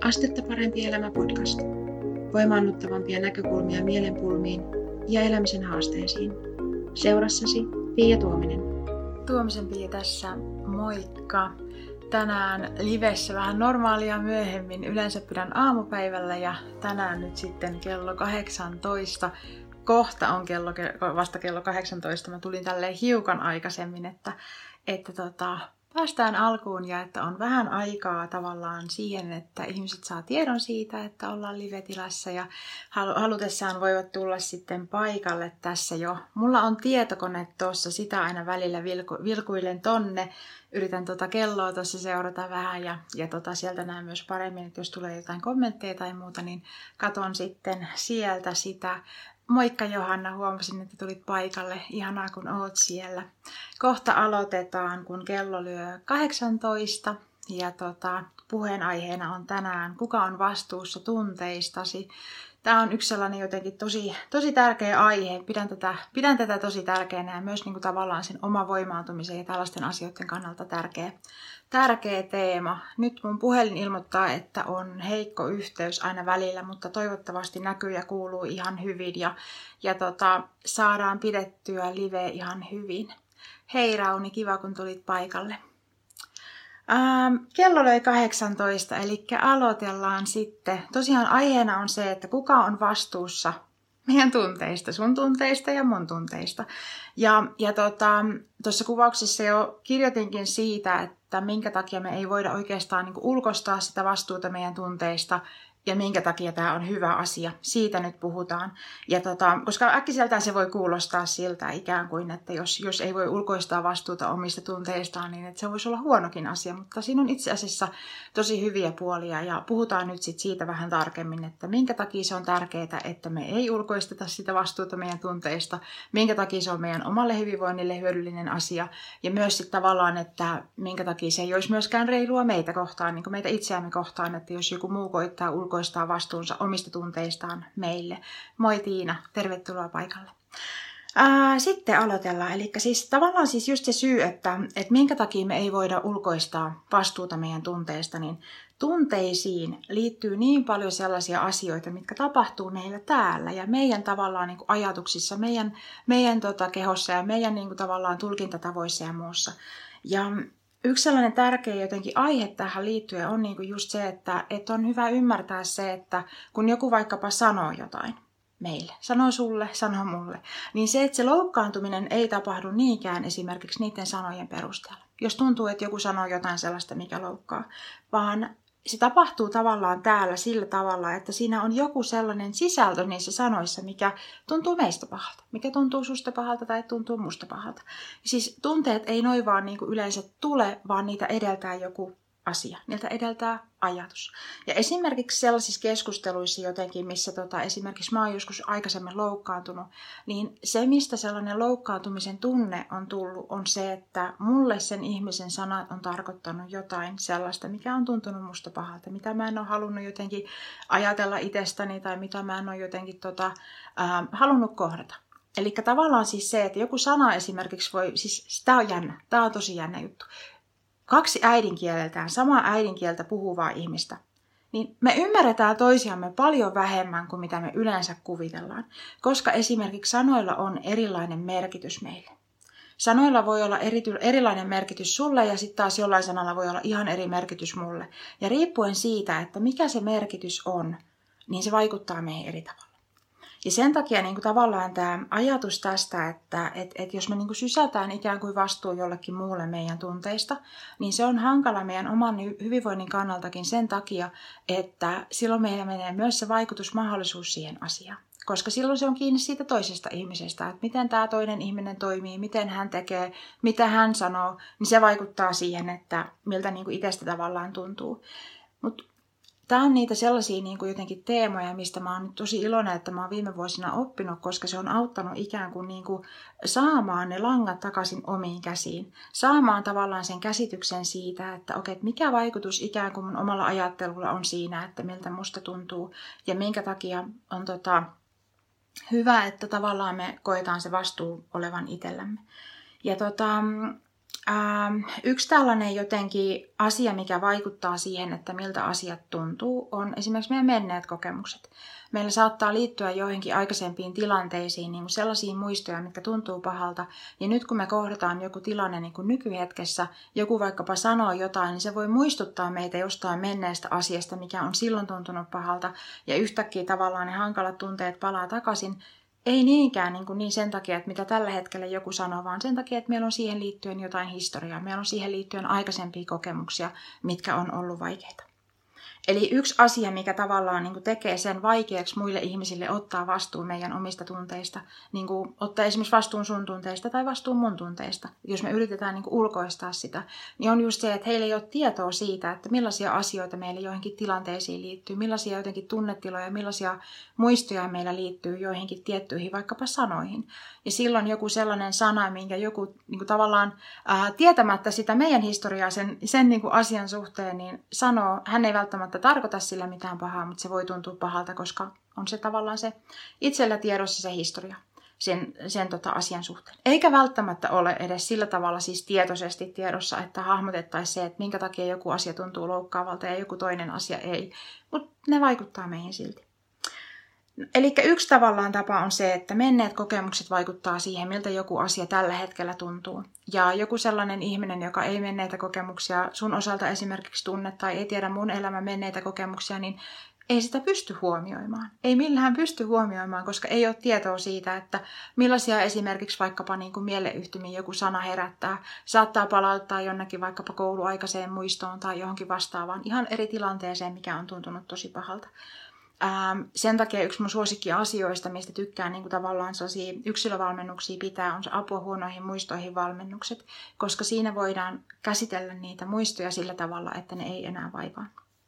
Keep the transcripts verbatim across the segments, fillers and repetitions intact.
Astetta parempi elämä podcast. Voimaannuttavampia näkökulmia mielenpulmiin ja elämisen haasteisiin. Seurassasi Pia Tuominen. Tuomisen Pia tässä, moikka! Tänään livessä vähän normaalia myöhemmin. Yleensä pidän aamupäivällä ja tänään nyt sitten kello kahdeksantoista. Kohta on kello, vasta kello kahdeksantoista. Mä tulin tälleen hiukan aikaisemmin, että, että tota, päästään alkuun ja että on vähän aikaa tavallaan siihen, että ihmiset saa tiedon siitä, että ollaan live-tilassa ja halutessaan voivat tulla sitten paikalle tässä jo. Mulla on tietokone tuossa, sitä aina välillä vilku, vilkuilen tonne. Yritän tota kelloa tuossa seurata vähän ja, ja tota sieltä näen myös paremmin, että jos tulee jotain kommentteja tai muuta, niin katon sitten sieltä sitä. Moikka Johanna, huomasin, että tulit paikalle. Ihanaa, kun oot siellä. Kohta aloitetaan, kun kello lyö kahdeksantoista. Ja tota, puheenaiheena on tänään, kuka on vastuussa tunteistasi. Tämä on yksi sellainen jotenkin tosi, tosi tärkeä aihe. Pidän tätä, pidän tätä tosi tärkeänä ja myös niin kuin tavallaan sen oma voimaantumisen ja tällaisten asioiden kannalta tärkeä, tärkeä teema. Nyt mun puhelin ilmoittaa, että on heikko yhteys aina välillä, mutta toivottavasti näkyy ja kuuluu ihan hyvin ja, ja tota, saadaan pidettyä live ihan hyvin. Hei Rauni, kiva kun tulit paikalle. Ähm, kello löi kahdeksantoista, eli aloitellaan sitten. Tosiaan aiheena on se, että kuka on vastuussa meidän tunteista, sun tunteista ja mun tunteista. Ja, ja tota, tuossa kuvauksessa jo kirjoitinkin siitä, että minkä takia me ei voida oikeastaan niin kuin ulkoistaa sitä vastuuta meidän tunteista. Ja minkä takia tämä on hyvä asia. Siitä nyt puhutaan. Ja tota, koska äkkiseltään se voi kuulostaa siltä ikään kuin, että jos, jos ei voi ulkoistaa vastuuta omista tunteistaan, niin että se voisi olla huonokin asia. Mutta siinä on itse asiassa tosi hyviä puolia. Ja puhutaan nyt sit siitä vähän tarkemmin, että minkä takia se on tärkeää, että me ei ulkoisteta sitä vastuuta meidän tunteista. Minkä takia se on meidän omalle hyvinvoinnille hyödyllinen asia. Ja myös sitten tavallaan, että minkä takia se ei olisi myöskään reilua meitä kohtaan, niin kuin meitä itseämme kohtaan, että jos joku muu koittaa ulkoistaa, ulkoistaa vastuunsa omista tunteistaan meille. Moi Tiina, tervetuloa paikalle. Ää, sitten aloitellaan. Eli siis tavallaan siis just se syy, että, että minkä takia me ei voida ulkoistaa vastuuta meidän tunteista, niin tunteisiin liittyy niin paljon sellaisia asioita, mitkä tapahtuu meillä täällä ja meidän tavallaan niin kuin ajatuksissa, meidän, meidän tota, kehossa ja meidän niin kuin tavallaan tulkintatavoissa ja muussa. Ja yksi sellainen tärkeä jotenkin aihe tähän liittyen on niinku just se, että, että on hyvä ymmärtää se, että kun joku vaikkapa sanoo jotain meille, sanoo sulle, sanoo mulle, niin se, että se loukkaantuminen ei tapahdu niinkään esimerkiksi niiden sanojen perusteella. Jos tuntuu, että joku sanoo jotain sellaista, mikä loukkaa, vaan se tapahtuu tavallaan täällä sillä tavalla, että siinä on joku sellainen sisältö niissä sanoissa, mikä tuntuu meistä pahalta, mikä tuntuu susta pahalta tai tuntuu musta pahalta. Siis tunteet ei noin vaan niin kuin yleensä tule, vaan niitä edeltää joku asia, niiltä edeltää ajatus. Ja esimerkiksi sellaisissa keskusteluissa jotenkin, missä tota, esimerkiksi mä oon joskus aikaisemmin loukkaantunut, niin se, mistä sellainen loukkaantumisen tunne on tullut, on se, että mulle sen ihmisen sanat on tarkoittanut jotain sellaista, mikä on tuntunut musta pahalta, mitä mä en ole halunnut jotenkin ajatella itsestäni tai mitä mä en ole jotenkin tota, äh, halunnut kohdata. Eli tavallaan siis se, että joku sana esimerkiksi voi, siis tää on jännä, tää on tosi jännä juttu. Kaksi äidinkieleltään, samaa äidinkieltä puhuvaa ihmistä, niin me ymmärretään toisiamme paljon vähemmän kuin mitä me yleensä kuvitellaan, koska esimerkiksi sanoilla on erilainen merkitys meille. Sanoilla voi olla erity, erilainen merkitys sulle ja sitten taas jollain sanalla voi olla ihan eri merkitys mulle. Ja riippuen siitä, että mikä se merkitys on, niin se vaikuttaa meihin eri tavalla. Ja sen takia niin kuin tavallaan tämä ajatus tästä, että et, et jos me niin kuin sysätään ikään kuin vastuu jollekin muulle meidän tunteista, niin se on hankala meidän oman hyvinvoinnin kannaltakin sen takia, että silloin meillä menee myös se vaikutusmahdollisuus siihen asiaan. Koska silloin se on kiinni siitä toisesta ihmisestä, että miten tämä toinen ihminen toimii, miten hän tekee, mitä hän sanoo, niin se vaikuttaa siihen, että miltä niin kuin itsestä tavallaan tuntuu. Mut tämä on niitä sellaisia niin kuin jotenkin teemoja, mistä mä oon nyt tosi iloinen, että mä oon viime vuosina oppinut, koska se on auttanut ikään kuin, niin kuin saamaan ne langat takaisin omiin käsiin. Saamaan tavallaan sen käsityksen siitä, että okei, mikä vaikutus ikään kuin mun omalla ajattelulla on siinä, että miltä musta tuntuu ja minkä takia on tota, hyvä, että tavallaan me koetaan se vastuu olevan itsellämme. Ja tota, Ähm, yksi tällainen jotenkin asia, mikä vaikuttaa siihen, että miltä asiat tuntuu, on esimerkiksi meidän menneet kokemukset. Meillä saattaa liittyä joihinkin aikaisempiin tilanteisiin niin kuin sellaisia muistoja, mitkä tuntuu pahalta. Ja nyt kun me kohdataan joku tilanne niin kuin nykyhetkessä, joku vaikkapa sanoo jotain, niin se voi muistuttaa meitä jostain menneestä asiasta, mikä on silloin tuntunut pahalta. Ja yhtäkkiä tavallaan ne hankalat tunteet palaa takaisin. Ei niinkään niin, kuin niin sen takia, että mitä tällä hetkellä joku sanoo, vaan sen takia, että meillä on siihen liittyen jotain historiaa. Meillä on siihen liittyen aikaisempia kokemuksia, mitkä on ollut vaikeita. Eli yksi asia, mikä tavallaan niin kuin tekee sen vaikeaksi muille ihmisille ottaa vastuun meidän omista tunteista, niin kuin ottaa esimerkiksi vastuun sun tunteista tai vastuun mun tunteista, jos me yritetään niin kuin ulkoistaa sitä, niin on just se, että heillä ei ole tietoa siitä, että millaisia asioita meille joihinkin tilanteisiin liittyy, millaisia jotenkin tunnetiloja, millaisia muistoja meillä liittyy joihinkin tiettyihin vaikkapa sanoihin. Ja silloin joku sellainen sana, minkä joku niin kuin tavallaan ää, tietämättä sitä meidän historiaa sen, sen niin kuin asian suhteen, niin sanoo, hän ei välttämättä tarkoita sillä mitään pahaa, mutta se voi tuntua pahalta, koska on se tavallaan se itsellä tiedossa se historia sen, sen tota asian suhteen. Eikä välttämättä ole edes sillä tavalla siis tietoisesti tiedossa, että hahmotettaisiin se, että minkä takia joku asia tuntuu loukkaavalta ja joku toinen asia ei, mutta ne vaikuttaa meihin silti. Eli yksi tavallaan tapa on se, että menneet kokemukset vaikuttaa siihen, miltä joku asia tällä hetkellä tuntuu. Ja joku sellainen ihminen, joka ei menneitä kokemuksia sun osalta esimerkiksi tunne tai ei tiedä mun elämän menneitä kokemuksia, niin ei sitä pysty huomioimaan. Ei millään pysty huomioimaan, koska ei ole tietoa siitä, että millaisia esimerkiksi vaikkapa niin kuin mieleyhtymiin joku sana herättää. Saattaa palauttaa jonnekin vaikkapa kouluaikaiseen muistoon tai johonkin vastaavaan ihan eri tilanteeseen, mikä on tuntunut tosi pahalta. Ähm, sen takia yksi mun suosikkiasioista, mistä tykkään niin kuin tavallaan sellaisia yksilövalmennuksia pitää, on se apua huonoihin muistoihin valmennukset, koska siinä voidaan käsitellä niitä muistoja sillä tavalla, että ne ei enää vaivaa.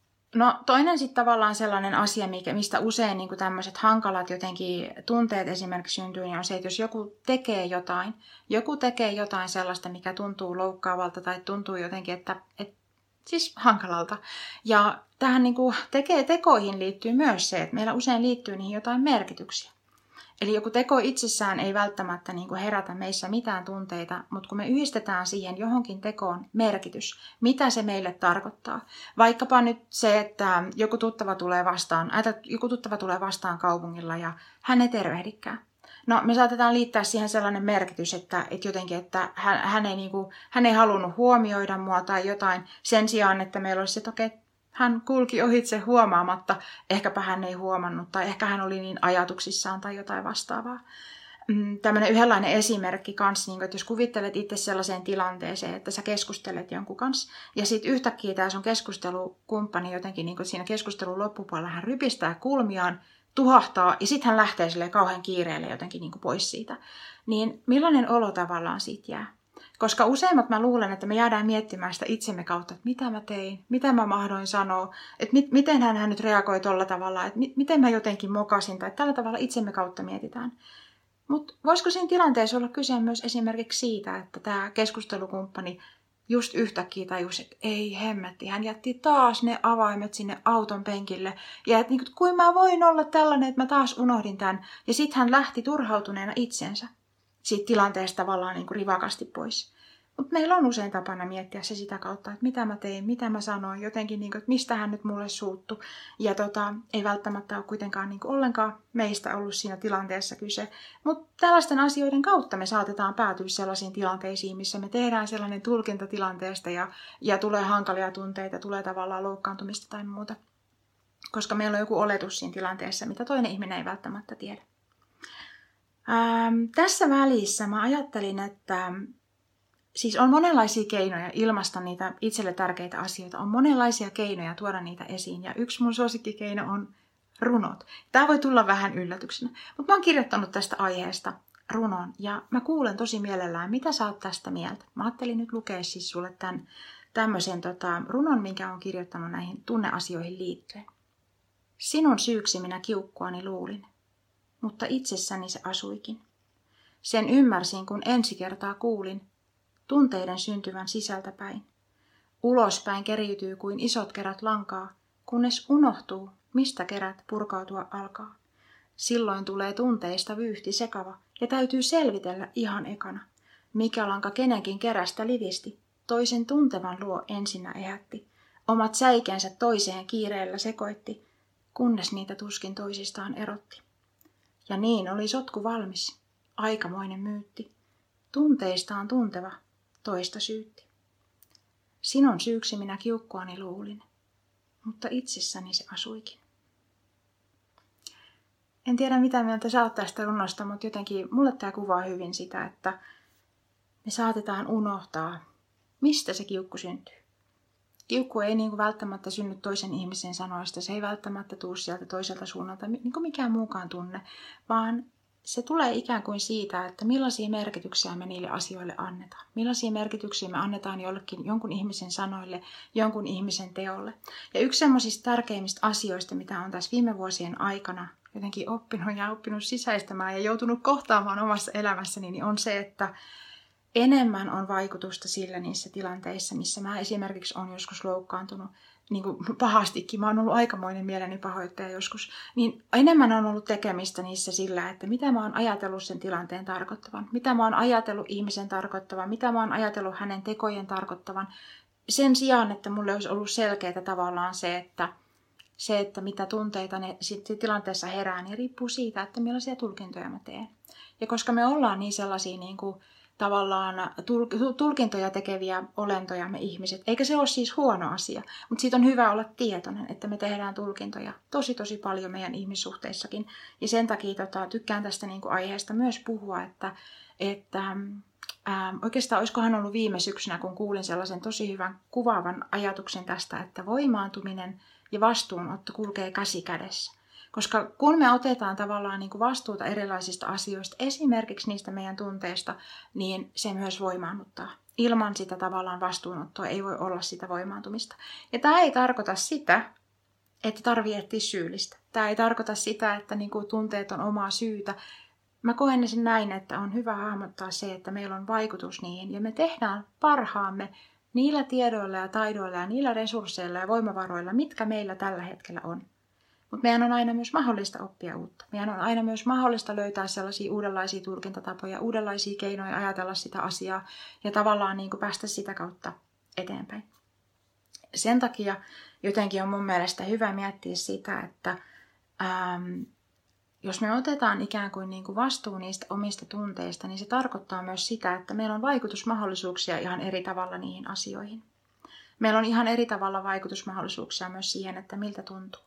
No toinen sitten tavallaan sellainen asia, mistä usein niin kuin tämmöiset hankalat jotenkin tunteet esimerkiksi syntyy, niin on se, että jos joku tekee jotain, joku tekee jotain sellaista, mikä tuntuu loukkaavalta tai tuntuu jotenkin, että, että siis hankalalta. Ja tähän niin kuin tekee tekoihin liittyy myös se, että meillä usein liittyy niihin jotain merkityksiä. Eli joku teko itsessään ei välttämättä niin kuin herätä meissä mitään tunteita, mutta kun me yhdistetään siihen johonkin tekoon merkitys, mitä se meille tarkoittaa. Vaikkapa nyt se, että joku tuttava tulee vastaan, ää, joku tuttava tulee vastaan kaupungilla ja hän ei tervehdikään. No me saatetaan liittää siihen sellainen merkitys, että, että jotenkin, että hän, hän, ei, niin kuin, hän ei halunnut huomioida mua tai jotain sen sijaan, että meillä olisi se, että okei, hän kulki ohitse huomaamatta, ehkäpä hän ei huomannut tai ehkä hän oli niin ajatuksissaan tai jotain vastaavaa. Tällainen yhdenlainen esimerkki kanssa, niin että jos kuvittelet itse sellaiseen tilanteeseen, että sä keskustelet jonkun kanssa ja sitten yhtäkkiä tämä sun keskustelukumppani jotenkin niin siinä keskustelun loppupuolella hän rypistää kulmiaan, tuhahtaa ja sitten hän lähtee silleen kauhean kiireelle jotenkin niin kuin pois siitä. Niin millainen olo tavallaan siitä jää? Koska useimmat mä luulen, että me jäädään miettimään sitä itsemme kautta, että mitä mä tein, mitä mä mahdoin sanoa, että mit, miten hän nyt reagoi tolla tavalla, että mit, miten mä jotenkin mokasin tai tällä tavalla itsemme kautta mietitään. Mutta voisiko siinä tilanteessa olla kyse myös esimerkiksi siitä, että tämä keskustelukumppani just yhtäkkiä tajusi, että ei hemmetti, hän jätti taas ne avaimet sinne auton penkille. Ja että niin kuin mä voin olla tällainen, että mä taas unohdin tämän. Ja sitten hän lähti turhautuneena itsensä siitä tilanteesta tavallaan niin kuin rivakasti pois. Mutta meillä on usein tapana miettiä se sitä kautta, että mitä mä tein, mitä mä sanoin, jotenkin, niin kuin, että mistä hän nyt mulle suuttu. Ja tota, ei välttämättä ole kuitenkaan niin kuin ollenkaan meistä ollut siinä tilanteessa kyse. Mutta tällaisten asioiden kautta me saatetaan päätyä sellaisiin tilanteisiin, missä me tehdään sellainen tulkinta tilanteesta ja, ja tulee hankalia tunteita, tulee tavallaan loukkaantumista tai muuta. Koska meillä on joku oletus siinä tilanteessa, mitä toinen ihminen ei välttämättä tiedä. Ähm, tässä välissä mä ajattelin, että siis on monenlaisia keinoja ilmaista niitä itselle tärkeitä asioita. On monenlaisia keinoja tuoda niitä esiin. Ja yksi mun suosikkikeino on runot. Tämä voi tulla vähän yllätyksenä. Mutta mä oon kirjoittanut tästä aiheesta runon. Ja mä kuulen tosi mielellään, mitä sä oot tästä mieltä. Mä ajattelin nyt lukea siis sulle tämän tämmöisen tota, runon, minkä oon kirjoittanut näihin tunneasioihin liittyen. Sinun syyksi minä kiukkuani luulin. Mutta itsessäni se asuikin. Sen ymmärsin, kun ensi kertaa kuulin tunteiden syntyvän sisältäpäin. Ulospäin keriytyy kuin isot kerät lankaa, kunnes unohtuu, mistä kerät purkautua alkaa. Silloin tulee tunteista vyyhti sekava ja täytyy selvitellä ihan ekana, mikä lanka kenenkin kerästä livisti, toisen tuntevan luo ensinnä ehätti, omat säikeensä toiseen kiireellä sekoitti, kunnes niitä tuskin toisistaan erotti. Ja niin oli sotku valmis, aikamoinen myytti, tunteistaan tunteva, toista syytti. Sinun syyksi minä kiukkuani luulin, mutta itsessäni se asuikin. En tiedä mitä mieltä sä oot tästä runosta, mutta jotenkin mulle tämä kuvaa hyvin sitä, että me saatetaan unohtaa, mistä se kiukku syntyy. Kiukku ei niin kuin välttämättä synny toisen ihmisen sanoista, se ei välttämättä tule sieltä toiselta suunnalta, niin kuin mikään muukaan tunne, vaan se tulee ikään kuin siitä, että millaisia merkityksiä me niille asioille annetaan. Millaisia merkityksiä me annetaan jollekin, jonkun ihmisen sanoille, jonkun ihmisen teolle. Ja yksi semmoisista tärkeimmistä asioista, mitä on tässä viime vuosien aikana jotenkin oppinut ja oppinut sisäistämään ja joutunut kohtaamaan omassa elämässäni, niin on se, että enemmän on vaikutusta sillä niissä tilanteissa, missä mä esimerkiksi olen joskus loukkaantunut niin kuin pahastikin. Mä oon ollut aikamoinen mieleni pahoittaja joskus. Niin enemmän on ollut tekemistä niissä sillä, että mitä mä oon ajatellut sen tilanteen tarkoittavan. Mitä mä oon ajatellut ihmisen tarkoittavan. Mitä mä oon ajatellut hänen tekojen tarkoittavan. Sen sijaan, että mulle olisi ollut selkeää tavallaan se, että se, että mitä tunteita ne sitten tilanteessa herää, niin riippuu siitä, että millaisia tulkintoja mä teen. Ja koska me ollaan niin sellaisia niin kuin tavallaan tulkintoja tekeviä olentoja me ihmiset. Eikä se ole siis huono asia, mutta siitä on hyvä olla tietoinen, että me tehdään tulkintoja tosi tosi paljon meidän ihmissuhteissakin. Ja sen takia tota, tykkään tästä niin kuin aiheesta myös puhua, että, että ää, oikeastaan olisikohan ollut viime syksynä, kun kuulin sellaisen tosi hyvän kuvaavan ajatuksen tästä, että voimaantuminen ja vastuunotto kulkee käsi kädessä. Koska kun me otetaan tavallaan niin kuin vastuuta erilaisista asioista, esimerkiksi niistä meidän tunteista, niin se myös voimaannuttaa. Ilman sitä tavallaan vastuunottoa ei voi olla sitä voimaantumista. Ja tämä ei tarkoita sitä, että tarvitsee etsiä syyllistä. Tämä ei tarkoita sitä, että niin kuin tunteet on omaa syytä. Mä koen sen näin, että on hyvä hahmottaa se, että meillä on vaikutus niihin ja me tehdään parhaamme niillä tiedoilla ja taidoilla ja niillä resursseilla ja voimavaroilla, mitkä meillä tällä hetkellä on. Mutta meidän on aina myös mahdollista oppia uutta. Meidän on aina myös mahdollista löytää sellaisia uudenlaisia tulkintatapoja, uudenlaisia keinoja ajatella sitä asiaa ja tavallaan niin kuin päästä sitä kautta eteenpäin. Sen takia jotenkin on mun mielestä hyvä miettiä sitä, että ähm, jos me otetaan ikään kuin, niin kuin vastuu niistä omista tunteista, niin se tarkoittaa myös sitä, että meillä on vaikutusmahdollisuuksia ihan eri tavalla niihin asioihin. Meillä on ihan eri tavalla vaikutusmahdollisuuksia myös siihen, että miltä tuntuu.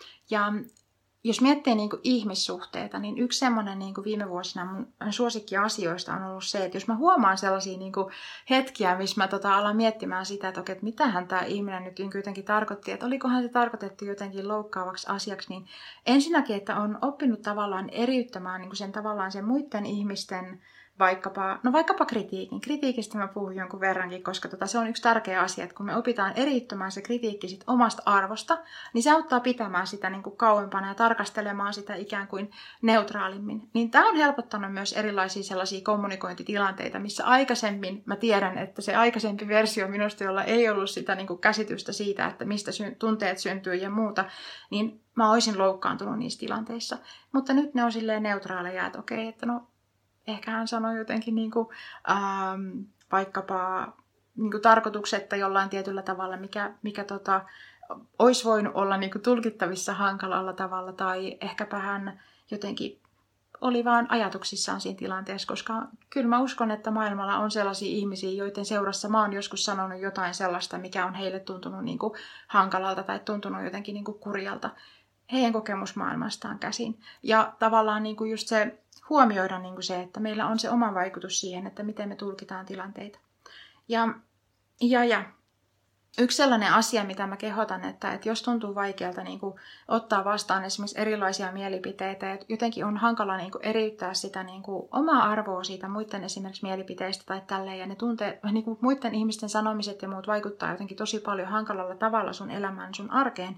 Ja jos miettii niin kuin ihmissuhteita, niin yksi semmoinen niin kuin viime vuosina mun suosikkiasioista on ollut se, että jos mä huomaan sellaisia niin kuin hetkiä, missä mä tota alan miettimään sitä, että okei, että mitähän tämä ihminen nyt jotenkin tarkoitti, että olikohan se tarkoitettu jotenkin loukkaavaksi asiaksi, niin ensinnäkin, että on oppinut tavallaan eriyttämään niin kuin sen tavallaan sen muiden ihmisten Vaikkapa, no vaikkapa kritiikin. Kritiikistä mä puhun jonkun verrankin, koska tota, se on yksi tärkeä asia, että kun me opitaan eriyttämään se kritiikki sit omasta arvosta, niin se auttaa pitämään sitä niin kuin kauempana ja tarkastelemaan sitä ikään kuin neutraalimmin. Niin tämä on helpottanut myös erilaisia sellaisia kommunikointitilanteita, missä aikaisemmin mä tiedän, että se aikaisempi versio minusta, jolla ei ollut sitä niin kuin käsitystä siitä, että mistä sy- tunteet syntyy ja muuta, niin mä olisin loukkaantunut niissä tilanteissa. Mutta nyt ne on silleen neutraaleja, että okei, että no ehkä hän sanoi jotenkin niin kuin, ähm, vaikkapa niin kuin tarkoituksetta jollain tietyllä tavalla, mikä, mikä tota, olisi voinut olla niin kuin tulkittavissa hankalalla tavalla. Tai ehkäpä hän jotenkin oli vaan ajatuksissaan siinä tilanteessa, koska kyllä mä uskon, että maailmalla on sellaisia ihmisiä, joiden seurassa mä oon joskus sanonut jotain sellaista, mikä on heille tuntunut niin kuin hankalalta tai tuntunut jotenkin niin kuin kurjalta heidän kokemusmaailmastaan käsin. Ja tavallaan niin kuin just se huomioida niin kuin se, että meillä on se oma vaikutus siihen, että miten me tulkitaan tilanteita. Ja, ja, ja yksi sellainen asia, mitä mä kehotan, että, että jos tuntuu vaikealta niin kuin ottaa vastaan esimerkiksi erilaisia mielipiteitä, ja jotenkin on hankala niin kuin eriyttää sitä niin kuin omaa arvoa siitä muiden esimerkiksi mielipiteistä tai tälleen, ja ne tuntee, niin kuin muiden ihmisten sanomiset ja muut vaikuttaa jotenkin tosi paljon hankalalla tavalla sun elämään, sun arkeen,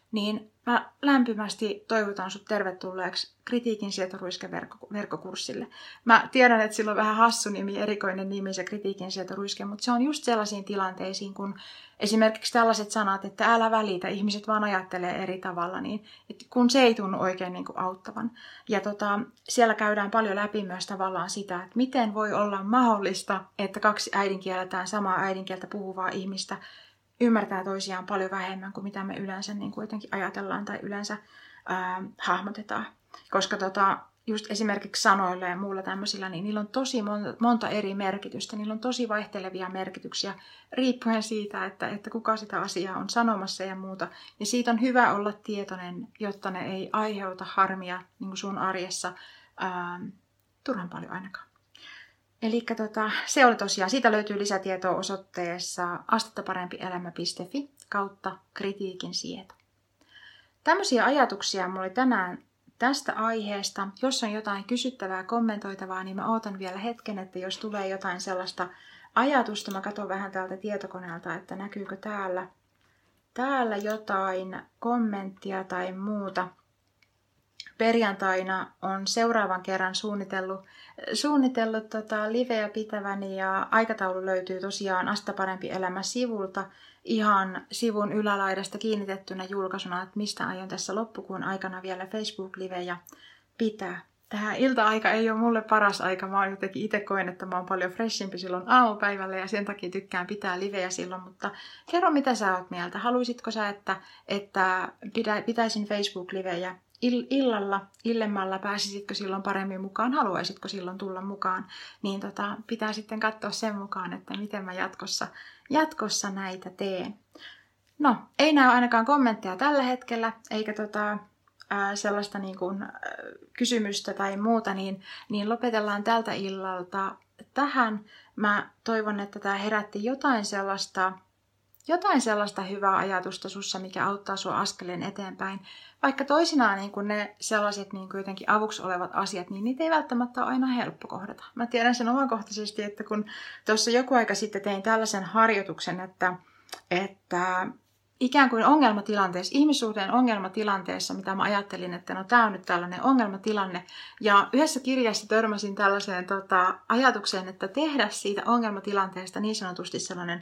niin mä lämpimästi toivotan sut tervetulleeksi Kritiikin sietoruiske verkkokurssille. Mä tiedän, että sillä on vähän hassu nimi, erikoinen nimi se Kritiikin sietoruiske, mutta se on just sellaisiin tilanteisiin, kun esimerkiksi tällaiset sanat, että älä välitä, ihmiset vaan ajattelee eri tavalla, niin että kun se ei tunnu oikein niin kuin auttavan. Ja tota, siellä käydään paljon läpi myös tavallaan sitä, että miten voi olla mahdollista, että kaksi äidinkieltään samaa äidinkieltä puhuvaa ihmistä ymmärtää toisiaan paljon vähemmän kuin mitä me yleensä niin kuin jotenkin ajatellaan tai yleensä ää, hahmotetaan. Koska tota, just esimerkiksi sanoilla ja muulla tämmöisillä, niin niillä on tosi monta, monta eri merkitystä. Niillä on tosi vaihtelevia merkityksiä riippuen siitä, että, että kuka sitä asiaa on sanomassa ja muuta. Ja siitä on hyvä olla tietoinen, jotta ne ei aiheuta harmia niin kuin sun arjessa ää, turhan paljon ainakaan. Eli tota, se oli tosiaan, siitä löytyy lisätietoa osoitteessa astettaparempielämä piste fi kautta kritiikin sieto. Tämmöisiä ajatuksia mulla oli tänään tästä aiheesta. Jos on jotain kysyttävää, kommentoitavaa, niin mä ootan vielä hetken, että jos tulee jotain sellaista ajatusta, mä katson vähän täältä tietokoneelta, että näkyykö täällä, täällä jotain kommenttia tai muuta. Perjantaina on seuraavan kerran suunnitellut, suunnitellut tota liveä pitäväni ja aikataulu löytyy tosiaan Asta parempi elämä -sivulta ihan sivun ylälaidasta kiinnitettynä julkaisuna, että mistä aion tässä loppukuun aikana vielä Facebook-livejä pitää. Tähän ilta-aika ei ole mulle paras aika. Mä jotenkin itse koen, että mä oon paljon freshimpi silloin aamupäivällä ja sen takia tykkään pitää livejä silloin. Mutta kerro, mitä sä oot mieltä. Haluaisitko sä, että, että pitäisin Facebook-livejä illalla, illemmalla, pääsisitkö silloin paremmin mukaan, haluaisitko silloin tulla mukaan, niin tota, pitää sitten katsoa sen mukaan, että miten mä jatkossa, jatkossa näitä teen. No, ei näy ainakaan kommentteja tällä hetkellä, eikä tota, ää, sellaista niin kuin, ää, kysymystä tai muuta, niin, niin lopetellaan tältä illalta tähän. Mä toivon, että tämä herätti jotain sellaista, jotain sellaista hyvää ajatusta sussa, mikä auttaa sua askeleen eteenpäin. Vaikka toisinaan niin kun ne sellaiset niin kun jotenkin avuksi olevat asiat, niin niitä ei välttämättä ole aina helppo kohdata. Mä tiedän sen omakohtaisesti, että kun tuossa joku aika sitten tein tällaisen harjoituksen, että, että ikään kuin ongelmatilanteessa, ihmissuhteen ongelmatilanteessa, mitä mä ajattelin, että no tää on nyt tällainen ongelmatilanne. Ja yhdessä kirjassa törmäsin tällaiseen tota, ajatukseen, että tehdä siitä ongelmatilanteesta niin sanotusti sellainen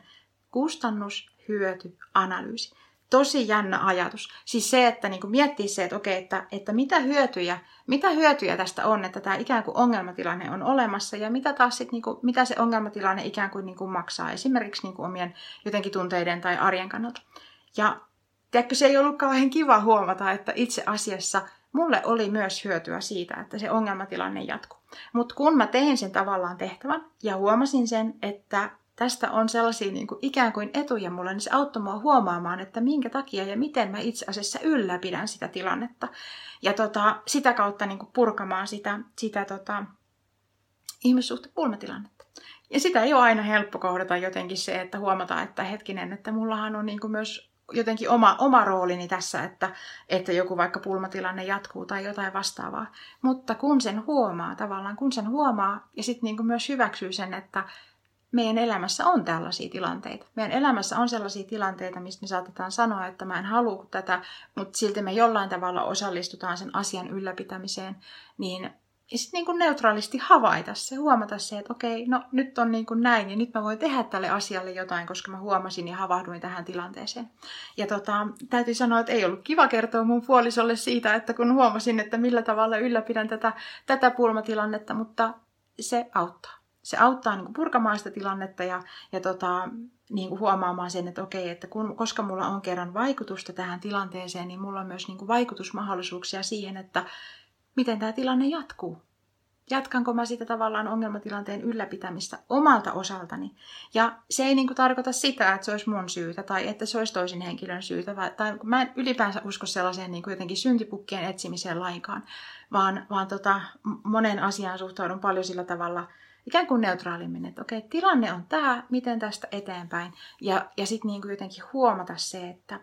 kustannus-hyöty-analyysi. Tosi jännä ajatus. Siis se, että niin kuin miettii se, että okei, että, että mitä hyötyjä, mitä hyötyjä tästä on, että tämä ikään kuin ongelmatilanne on olemassa ja mitä taas sit, niin kuin, mitä se ongelmatilanne ikään kuin, niin kuin maksaa esimerkiksi niin kuin omien jotenkin tunteiden tai arjen kannalta. Ja tiedätkö, se ei ollut kauhean kiva huomata, että itse asiassa mulle oli myös hyötyä siitä, että se ongelmatilanne jatkuu. Mutta kun mä tein sen tavallaan tehtävän ja huomasin sen, että tästä on sellaisia niin kuin ikään kuin etuja mulle, niin se auttoi mua huomaamaan, että minkä takia ja miten mä itse asiassa ylläpidän sitä tilannetta. Ja tota, sitä kautta niin kuin purkamaan sitä, sitä tota, ihmissuhteen pulmatilannetta. Ja sitä ei ole aina helppo kohdata jotenkin se, että huomataan, että hetkinen, että mullahan on niin kuin myös jotenkin oma, oma roolini tässä, että, että joku vaikka pulmatilanne jatkuu tai jotain vastaavaa. Mutta kun sen huomaa, tavallaan kun sen huomaa ja sitten niin kuin myös hyväksyy sen, että meidän elämässä on tällaisia tilanteita. Meidän elämässä on sellaisia tilanteita, mistä me saatetaan sanoa, että mä en halua tätä, mutta silti me jollain tavalla osallistutaan sen asian ylläpitämiseen. Niin, ja sitten niin kuin neutraalisti havaita se, huomata se, että okei, no nyt on niin kuin näin ja nyt mä voin tehdä tälle asialle jotain, koska mä huomasin ja havahduin tähän tilanteeseen. Ja tota, täytyy sanoa, että ei ollut kiva kertoa mun puolisolle siitä, että kun huomasin, että millä tavalla ylläpidän tätä, tätä pulmatilannetta, mutta se auttaa. Se auttaa niin kuin purkamaan sitä tilannetta ja, ja tota, niin kuin huomaamaan sen, että okei, että kun, koska mulla on kerran vaikutusta tähän tilanteeseen, niin mulla on myös niin kuin vaikutusmahdollisuuksia siihen, että miten tämä tilanne jatkuu. Jatkanko mä sitä tavallaan ongelmatilanteen ylläpitämistä omalta osaltani. Ja se ei niin kuin tarkoita sitä, että se olisi mun syytä tai että se olisi toisen henkilön syytä. Tai mä en ylipäänsä usko sellaiseen niin kuin jotenkin syntipukkien etsimiseen lainkaan, vaan, vaan tota, monen asiaan suhtaudun paljon sillä tavalla ikään kuin neutraalimmin, että okei, tilanne on tämä, miten tästä eteenpäin. Ja, ja sitten niin kuin jotenkin huomata se, että,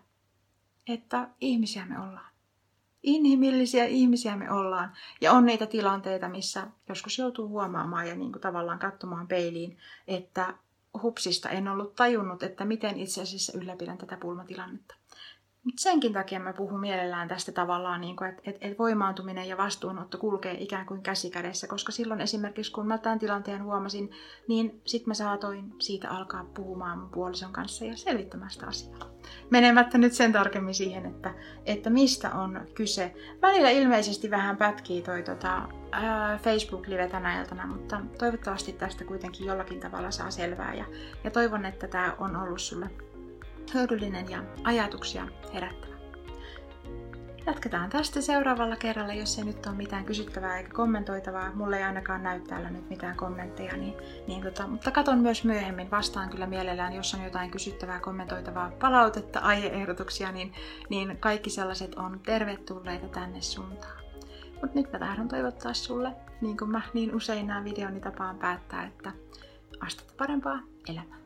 että ihmisiä me ollaan. Inhimillisiä ihmisiä me ollaan. Ja on niitä tilanteita, missä joskus joutuu huomaamaan ja niin kuin tavallaan katsomaan peiliin, että hupsista en ollut tajunnut, että miten itse asiassa ylläpidän tätä pulmatilannetta. Mut senkin takia mä puhun mielellään tästä tavallaan, niin että et, et voimaantuminen ja vastuunotto kulkee ikään kuin käsi kädessä, koska silloin esimerkiksi kun mä tämän tilanteen huomasin, niin sit mä saatoin siitä alkaa puhumaan mun puolison kanssa ja selvittämään sitä asiaa. Menemättä nyt sen tarkemmin siihen, että, että mistä on kyse. Välillä ilmeisesti vähän pätkii toi tota, ää, Facebook-live tänä iltana, mutta toivottavasti tästä kuitenkin jollakin tavalla saa selvää ja, ja toivon, että tää on ollut sulle hyödyllinen ja ajatuksia herättävä. Jatketaan tästä seuraavalla kerralla, jos ei nyt ole mitään kysyttävää eikä kommentoitavaa. Mulla ei ainakaan näy täällä nyt mitään kommentteja, niin, niin tota, mutta katon myös myöhemmin. Vastaan kyllä mielellään, jos on jotain kysyttävää, kommentoitavaa, palautetta, aihe-ehdotuksia, niin, niin kaikki sellaiset on tervetulleita tänne suuntaan. Mutta nyt mä tahdon toivottaa sulle, niin kuin mä niin usein nämä videoni tapaan päättää, että astetta parempaa elämää.